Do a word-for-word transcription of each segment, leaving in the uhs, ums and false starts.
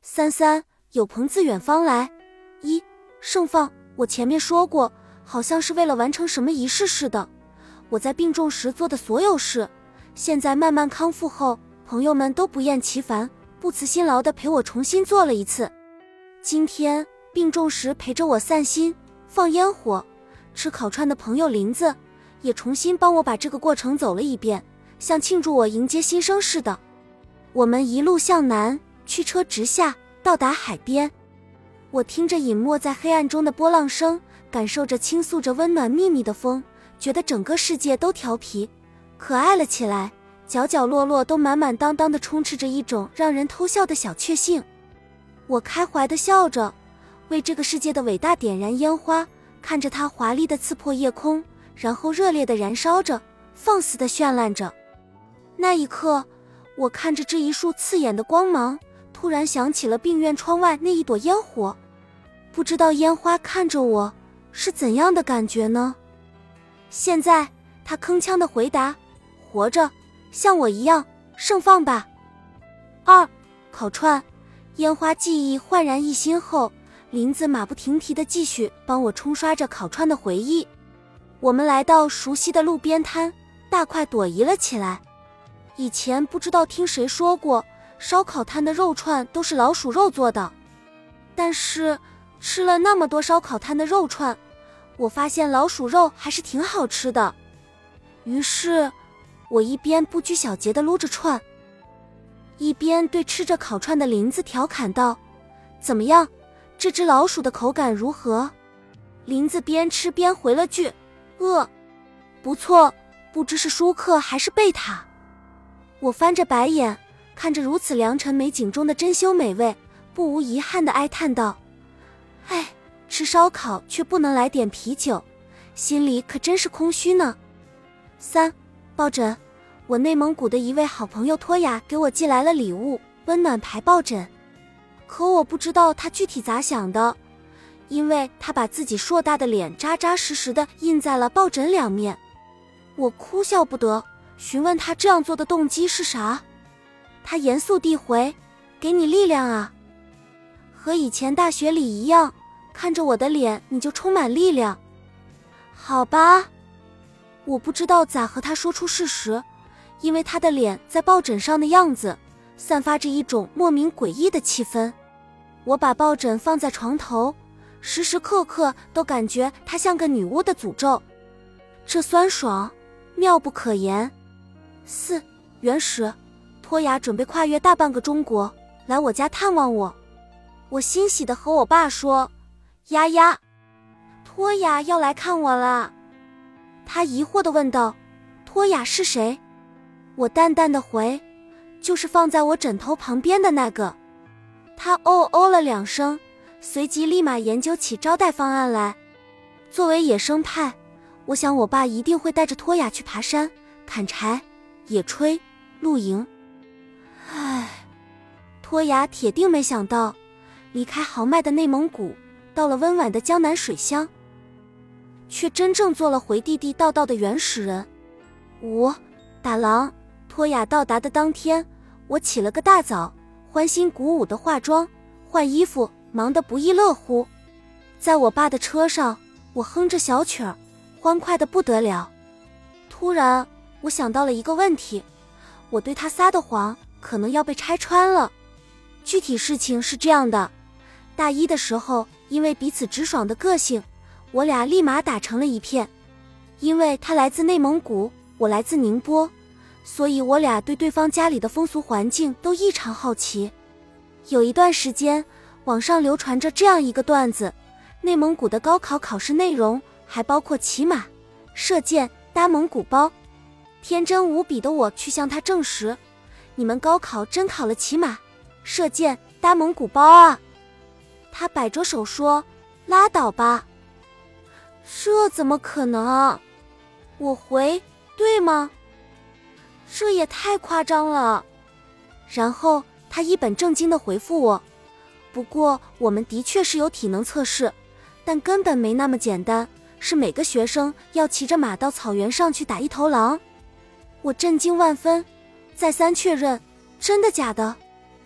三三，有朋自远方来。一，盛放，我前面说过，好像是为了完成什么仪式似的。我在病重时做的所有事，现在慢慢康复后，朋友们都不厌其烦，不辞辛劳地陪我重新做了一次。今天病重时陪着我散心、放烟火、吃烤串的朋友林子，也重新帮我把这个过程走了一遍，像庆祝我迎接新生似的。我们一路向南，驱车直下，到达海边。我听着隐没在黑暗中的波浪声，感受着倾诉着温暖秘密的风，觉得整个世界都调皮可爱了起来，角角落落都满满当当地充斥着一种让人偷笑的小确幸。我开怀地笑着，为这个世界的伟大点燃烟花，看着它华丽地刺破夜空，然后热烈地燃烧着，放肆地绚烂着。那一刻，我看着这一束刺眼的光芒，突然想起了病院窗外那一朵烟火，不知道烟花看着我是怎样的感觉呢？现在他铿锵地回答：活着，像我一样，盛放吧。二，烤串。烟花记忆焕然一新后，林子马不停蹄地继续帮我冲刷着烤串的回忆。我们来到熟悉的路边摊，大快朵颐了起来。以前不知道听谁说过，烧烤摊的肉串都是老鼠肉做的，但是吃了那么多烧烤摊的肉串，我发现老鼠肉还是挺好吃的。于是我一边不拘小节地撸着串，一边对吃着烤串的林子调侃道：怎么样，这只老鼠的口感如何？林子边吃边回了句：呃，不错，不知是舒克还是贝塔。我翻着白眼，看着如此良辰美景中的珍馐美味，不无遗憾地哀叹道：哎，吃烧烤却不能来点啤酒，心里可真是空虚呢。三，抱枕。我内蒙古的一位好朋友托雅给我寄来了礼物，温暖牌抱枕。可我不知道他具体咋想的，因为他把自己硕大的脸扎扎实实地印在了抱枕两面。我哭笑不得，询问他这样做的动机是啥。他严肃地回：给你力量啊。和以前大学里一样，看着我的脸你就充满力量。好吧，我不知道咋和他说出事实，因为他的脸在抱枕上的样子散发着一种莫名诡异的气氛。我把抱枕放在床头，时时刻刻都感觉它像个女巫的诅咒，这酸爽妙不可言。四，原始。托雅准备跨越大半个中国来我家探望我，我欣喜地和我爸说：丫丫，托雅要来看我了。他疑惑地问道：托雅是谁？我淡淡地回：就是放在我枕头旁边的那个。他哦哦了两声，随即立马研究起招待方案来。作为野生派，我想我爸一定会带着托雅去爬山、砍柴、野炊、露营。唉，托雅铁定没想到，离开豪迈的内蒙古，到了温婉的江南水乡，却真正做了回地地道道的原始人。五，打狼。托雅到达的当天，我起了个大早，欢欣鼓舞的化妆、换衣服，忙得不亦乐乎。在我爸的车上，我哼着小曲儿，欢快得不得了。突然，我想到了一个问题，我对他撒的谎可能要被拆穿了。具体事情是这样的，大一的时候，因为彼此直爽的个性，我俩立马打成了一片。因为他来自内蒙古，我来自宁波，所以我俩对对方家里的风俗环境都异常好奇。有一段时间，网上流传着这样一个段子，内蒙古的高考考试内容还包括骑马、射箭、搭蒙古包。天真无比的我去向他证实：你们高考真考了骑马、射箭、搭蒙古包啊？他摆着手说：拉倒吧，这怎么可能啊？我回：对吗？这也太夸张了。然后他一本正经地回复我：不过我们的确是有体能测试，但根本没那么简单，是每个学生要骑着马到草原上去打一头狼。我震惊万分，再三确认：真的假的？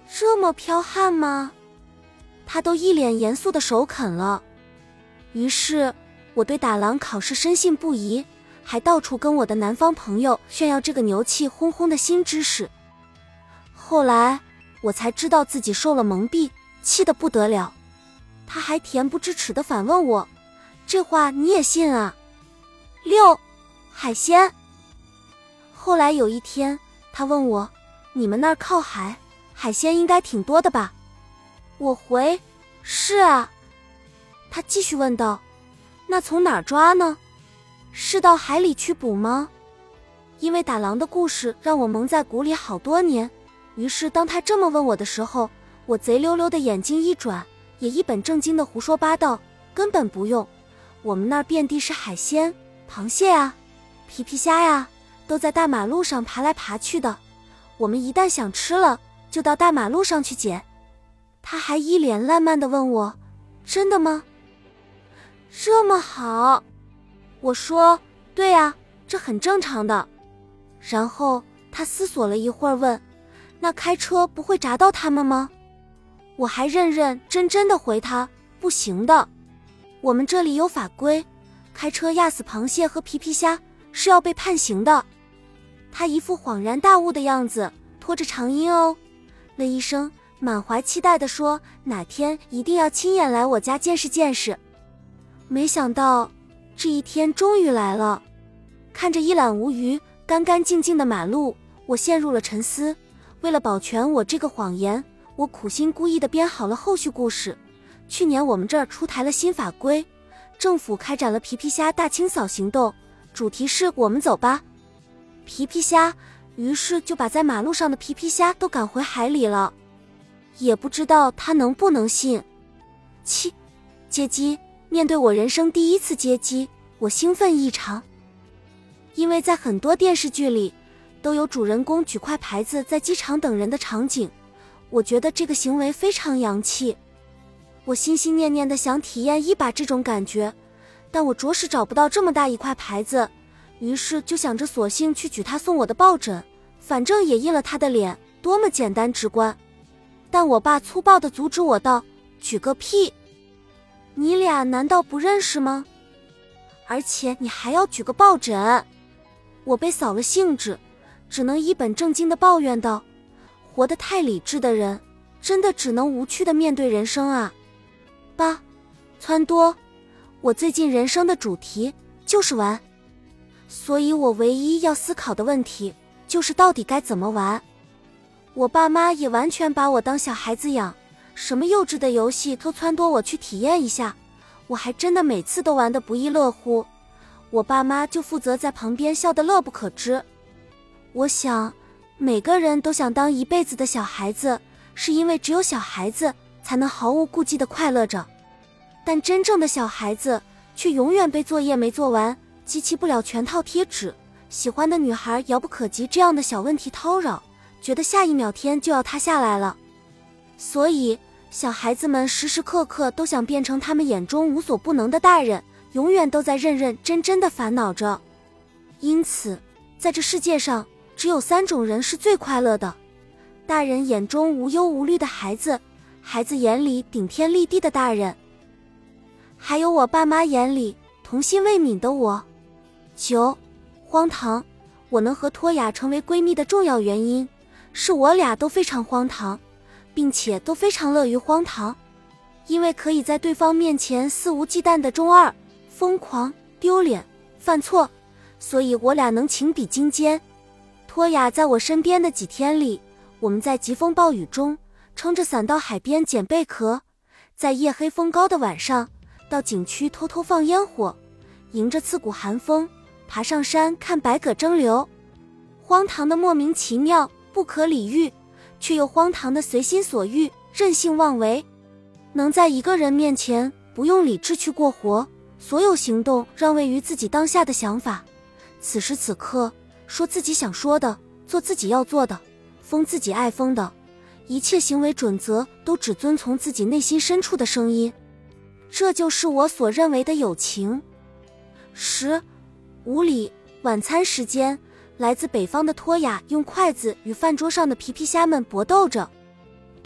这么剽悍吗？他都一脸严肃的首肯了。于是我对打狼考试深信不疑，还到处跟我的南方朋友炫耀这个牛气哄哄的新知识。后来我才知道自己受了蒙蔽，气得不得了。他还恬不知耻地反问我，这话你也信啊？六，海鲜。后来有一天他问我，你们那儿靠海，海鲜应该挺多的吧？我回，是啊。他继续问道，那从哪儿抓呢？是到海里去捕吗？因为打狼的故事让我蒙在鼓里好多年，于是当他这么问我的时候，我贼溜溜的眼睛一转，也一本正经的胡说八道，根本不用。我们那儿遍地是海鲜，螃蟹啊，皮皮虾呀，都在大马路上爬来爬去的。我们一旦想吃了，就到大马路上去捡。他还一脸烂漫地问我，真的吗？这么好？我说，对啊，这很正常的。然后他思索了一会儿问，那开车不会砸到他们吗？我还认认真真地回他，不行的。我们这里有法规，开车压死螃蟹和皮皮虾是要被判刑的。他一副恍然大悟的样子，拖着长音哦了一声，满怀期待地说，哪天一定要亲眼来我家见识见识。没想到这一天终于来了。看着一览无余干干净净的马路，我陷入了沉思。为了保全我这个谎言，我苦心孤诣地编好了后续故事。去年我们这儿出台了新法规，政府开展了皮皮虾大清扫行动，主题是我们走吧皮皮虾，于是就把在马路上的皮皮虾都赶回海里了。也不知道他能不能信。七，接机。面对我人生第一次接机，我兴奋异常。因为在很多电视剧里都有主人公举块牌子在机场等人的场景，我觉得这个行为非常洋气。我心心念念的想体验一把这种感觉，但我着实找不到这么大一块牌子，于是就想着索性去举他送我的抱枕，反正也印了他的脸，多么简单直观。但我爸粗暴地阻止我道，举个屁，你俩难道不认识吗？而且你还要举个抱枕。我被扫了兴致，只能一本正经地抱怨道，活得太理智的人真的只能无趣地面对人生啊。八，撺掇。我最近人生的主题就是玩，所以我唯一要思考的问题就是到底该怎么玩。我爸妈也完全把我当小孩子养，什么幼稚的游戏都撺掇我去体验一下，我还真的每次都玩得不亦乐乎。我爸妈就负责在旁边笑得乐不可支。我想每个人都想当一辈子的小孩子，是因为只有小孩子才能毫无顾忌地快乐着。但真正的小孩子却永远被作业没做完，集齐不了全套贴纸，喜欢的女孩遥不可及这样的小问题叨扰，觉得下一秒天就要塌下来了。所以小孩子们时时刻刻都想变成他们眼中无所不能的大人，永远都在认认真真地烦恼着。因此在这世界上只有三种人是最快乐的，大人眼中无忧无虑的孩子，孩子眼里顶天立地的大人，还有我爸妈眼里童心未泯的我。九，荒唐。我能和托雅成为闺蜜的重要原因是我俩都非常荒唐，并且都非常乐于荒唐。因为可以在对方面前肆无忌惮的中二、疯狂、丢脸、犯错，所以我俩能情比金坚。托雅在我身边的几天里，我们在疾风暴雨中撑着伞到海边捡贝壳，在夜黑风高的晚上到景区偷偷放烟火，迎着刺骨寒风爬上山看百舸争流。荒唐的莫名其妙，不可理喻，却又荒唐的随心所欲，任性妄为。能在一个人面前不用理智去过活，所有行动让位于自己当下的想法，此时此刻说自己想说的，做自己要做的，疯自己爱疯的，一切行为准则都只遵从自己内心深处的声音。这就是我所认为的友情。十，无理。晚餐时间，来自北方的托雅用筷子与饭桌上的皮皮虾们搏斗着。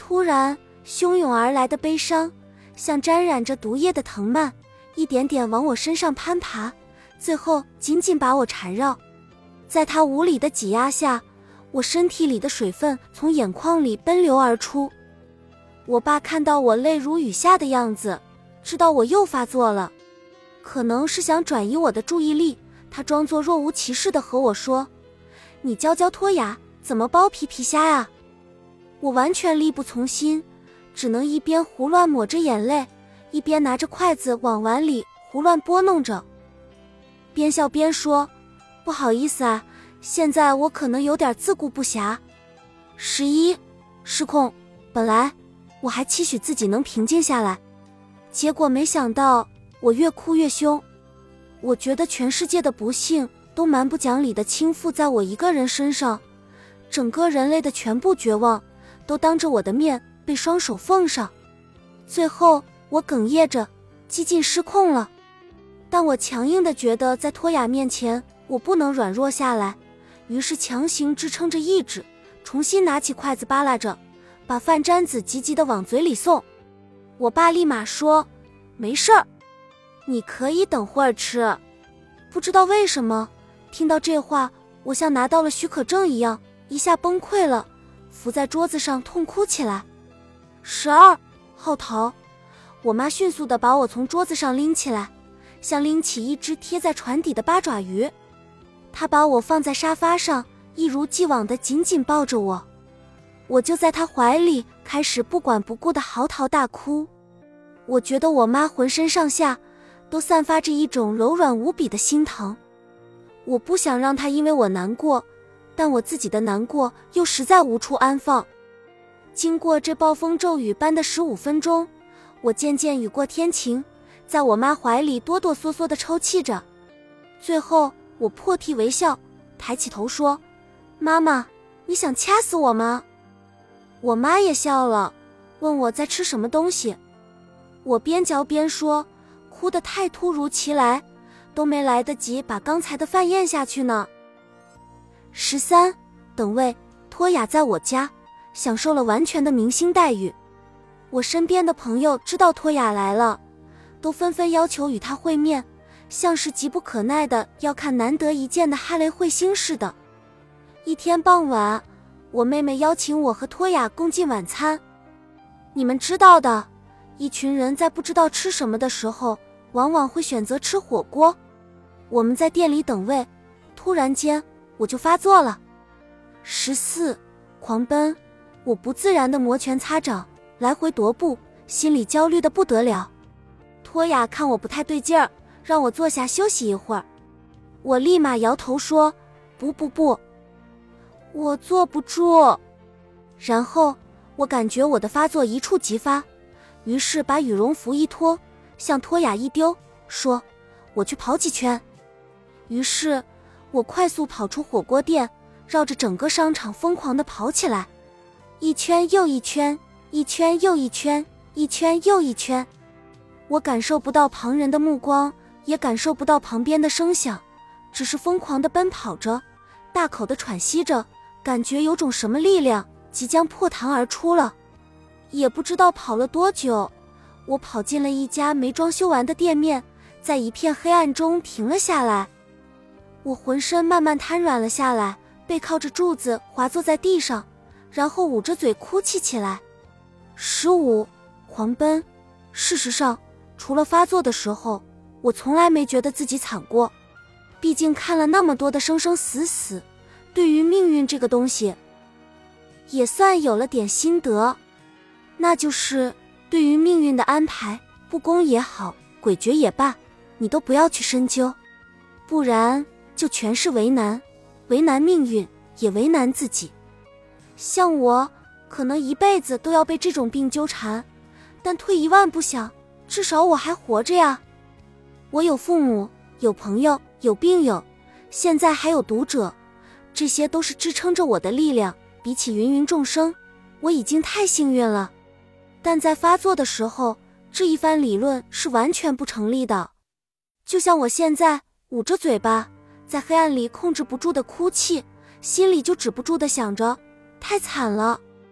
突然，汹涌而来的悲伤像沾染着毒液的藤蔓，一点点往我身上攀爬，最后紧紧把我缠绕。在它无理的挤压下，我身体里的水分从眼眶里奔流而出。我爸看到我泪如雨下的样子，知道我又发作了，可能是想转移我的注意力，他装作若无其事地和我说：“你教教托雅怎么剥皮皮虾呀？”我完全力不从心，只能一边胡乱抹着眼泪，一边拿着筷子往碗里胡乱拨弄着，边笑边说：“不好意思啊，现在我可能有点自顾不暇。”十一，失控。本来我还期许自己能平静下来，结果没想到我越哭越凶。我觉得全世界的不幸都蛮不讲理的倾覆在我一个人身上，整个人类的全部绝望都当着我的面被双手奉上。最后我哽咽着，几近失控了。但我强硬地觉得在托雅面前我不能软弱下来，于是强行支撑着意志，重新拿起筷子扒拉着，把饭粘子急急地往嘴里送。我爸立马说：“没事儿，你可以等会儿吃。”不知道为什么，听到这话，我像拿到了许可证一样，一下崩溃了，伏在桌子上痛哭起来。十二，后头，我妈迅速地把我从桌子上拎起来，像拎起一只贴在船底的八爪鱼。她把我放在沙发上，一如既往地紧紧抱着我。我就在她怀里开始不管不顾地嚎啕大哭。我觉得我妈浑身上下都散发着一种柔软无比的心疼。我不想让她因为我难过，但我自己的难过又实在无处安放。经过这暴风骤雨般的十五分钟，我渐渐雨过天晴，在我妈怀里哆哆嗦嗦地抽泣着。最后我破涕为笑，抬起头说：“妈妈，你想掐死我吗？”我妈也笑了，问我在吃什么东西。我边嚼边说，哭得太突如其来，都没来得及把刚才的饭咽下去呢。十三，等位，托雅在我家享受了完全的明星待遇。我身边的朋友知道托雅来了，都纷纷要求与他会面，像是急不可耐的要看难得一见的哈雷彗星似的。一天傍晚，我妹妹邀请我和托雅共进晚餐。你们知道的，一群人在不知道吃什么的时候，往往会选择吃火锅。我们在店里等位，突然间我就发作了。十四，狂奔。我不自然地摩拳擦掌，来回踱步，心里焦虑得不得了。托雅看我不太对劲儿，让我坐下休息一会儿。我立马摇头说：“不不不，我坐不住。”然后我感觉我的发作一触即发，于是把羽绒服一脱，向托雅一丢，说：“我去跑几圈。”于是我快速跑出火锅店，绕着整个商场疯狂地跑起来，一圈又一圈，一圈又一圈，一圈又一圈。我感受不到旁人的目光，也感受不到旁边的声响，只是疯狂地奔跑着，大口地喘息着，感觉有种什么力量即将破膛而出了。也不知道跑了多久，我跑进了一家没装修完的店面，在一片黑暗中停了下来。我浑身慢慢瘫软了下来，背靠着柱子滑坐在地上，然后捂着嘴哭泣起来。十五，狂奔。事实上，除了发作的时候，我从来没觉得自己惨过。毕竟看了那么多的生生死死，对于命运这个东西，也算有了点心得。那就是对于命运的安排，不公也好，诡谲也罢，你都不要去深究，不然就全是为难，为难命运，也为难自己。像我，可能一辈子都要被这种病纠缠，但退一万步想，至少我还活着呀。我有父母，有朋友，有病友，现在还有读者，这些都是支撑着我的力量，比起芸芸众生，我已经太幸运了。但在发作的时候，这一番理论是完全不成立的。就像我现在捂着嘴巴，在黑暗里控制不住的哭泣，心里就止不住的想着，太惨了。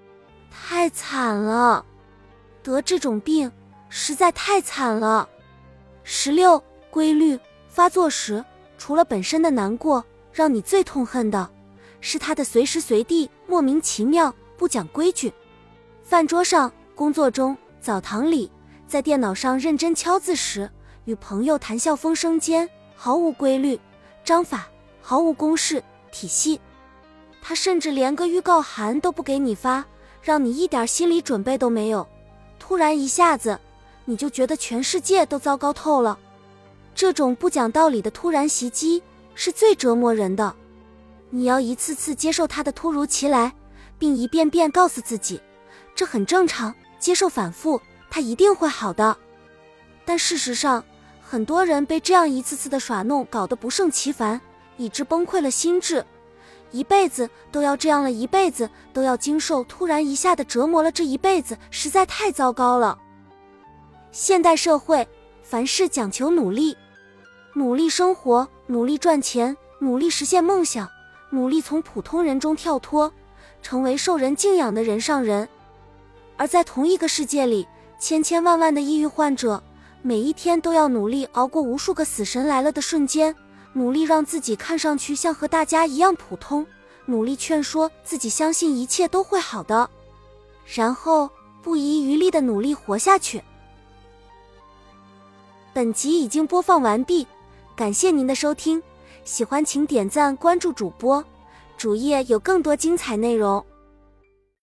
太惨了，得这种病实在太惨了。十六、规律发作时，除了本身的难过，让你最痛恨的是他的随时随地莫名其妙不讲规矩。饭桌上、工作中、澡堂里，在电脑上认真敲字时，与朋友谈笑风生间，毫无规律章法，毫无公式体系。他甚至连个预告函都不给你发，让你一点心理准备都没有。突然一下子，你就觉得全世界都糟糕透了。这种不讲道理的突然袭击是最折磨人的。你要一次次接受它的突如其来，并一遍遍告诉自己，这很正常，接受反复，它一定会好的。但事实上，很多人被这样一次次的耍弄搞得不胜其烦，以致崩溃了心智，一辈子都要这样了，一辈子都要经受突然一下的折磨了，这一辈子实在太糟糕了。现代社会凡事讲求努力，努力生活，努力赚钱，努力实现梦想，努力从普通人中跳脱，成为受人敬仰的人上人。而在同一个世界里，千千万万的抑郁患者每一天都要努力熬过无数个死神来了的瞬间，努力让自己看上去像和大家一样普通，努力劝说自己相信一切都会好的，然后不遗余力地努力活下去。本集已经播放完毕，感谢您的收听，喜欢请点赞关注主播，主页有更多精彩内容。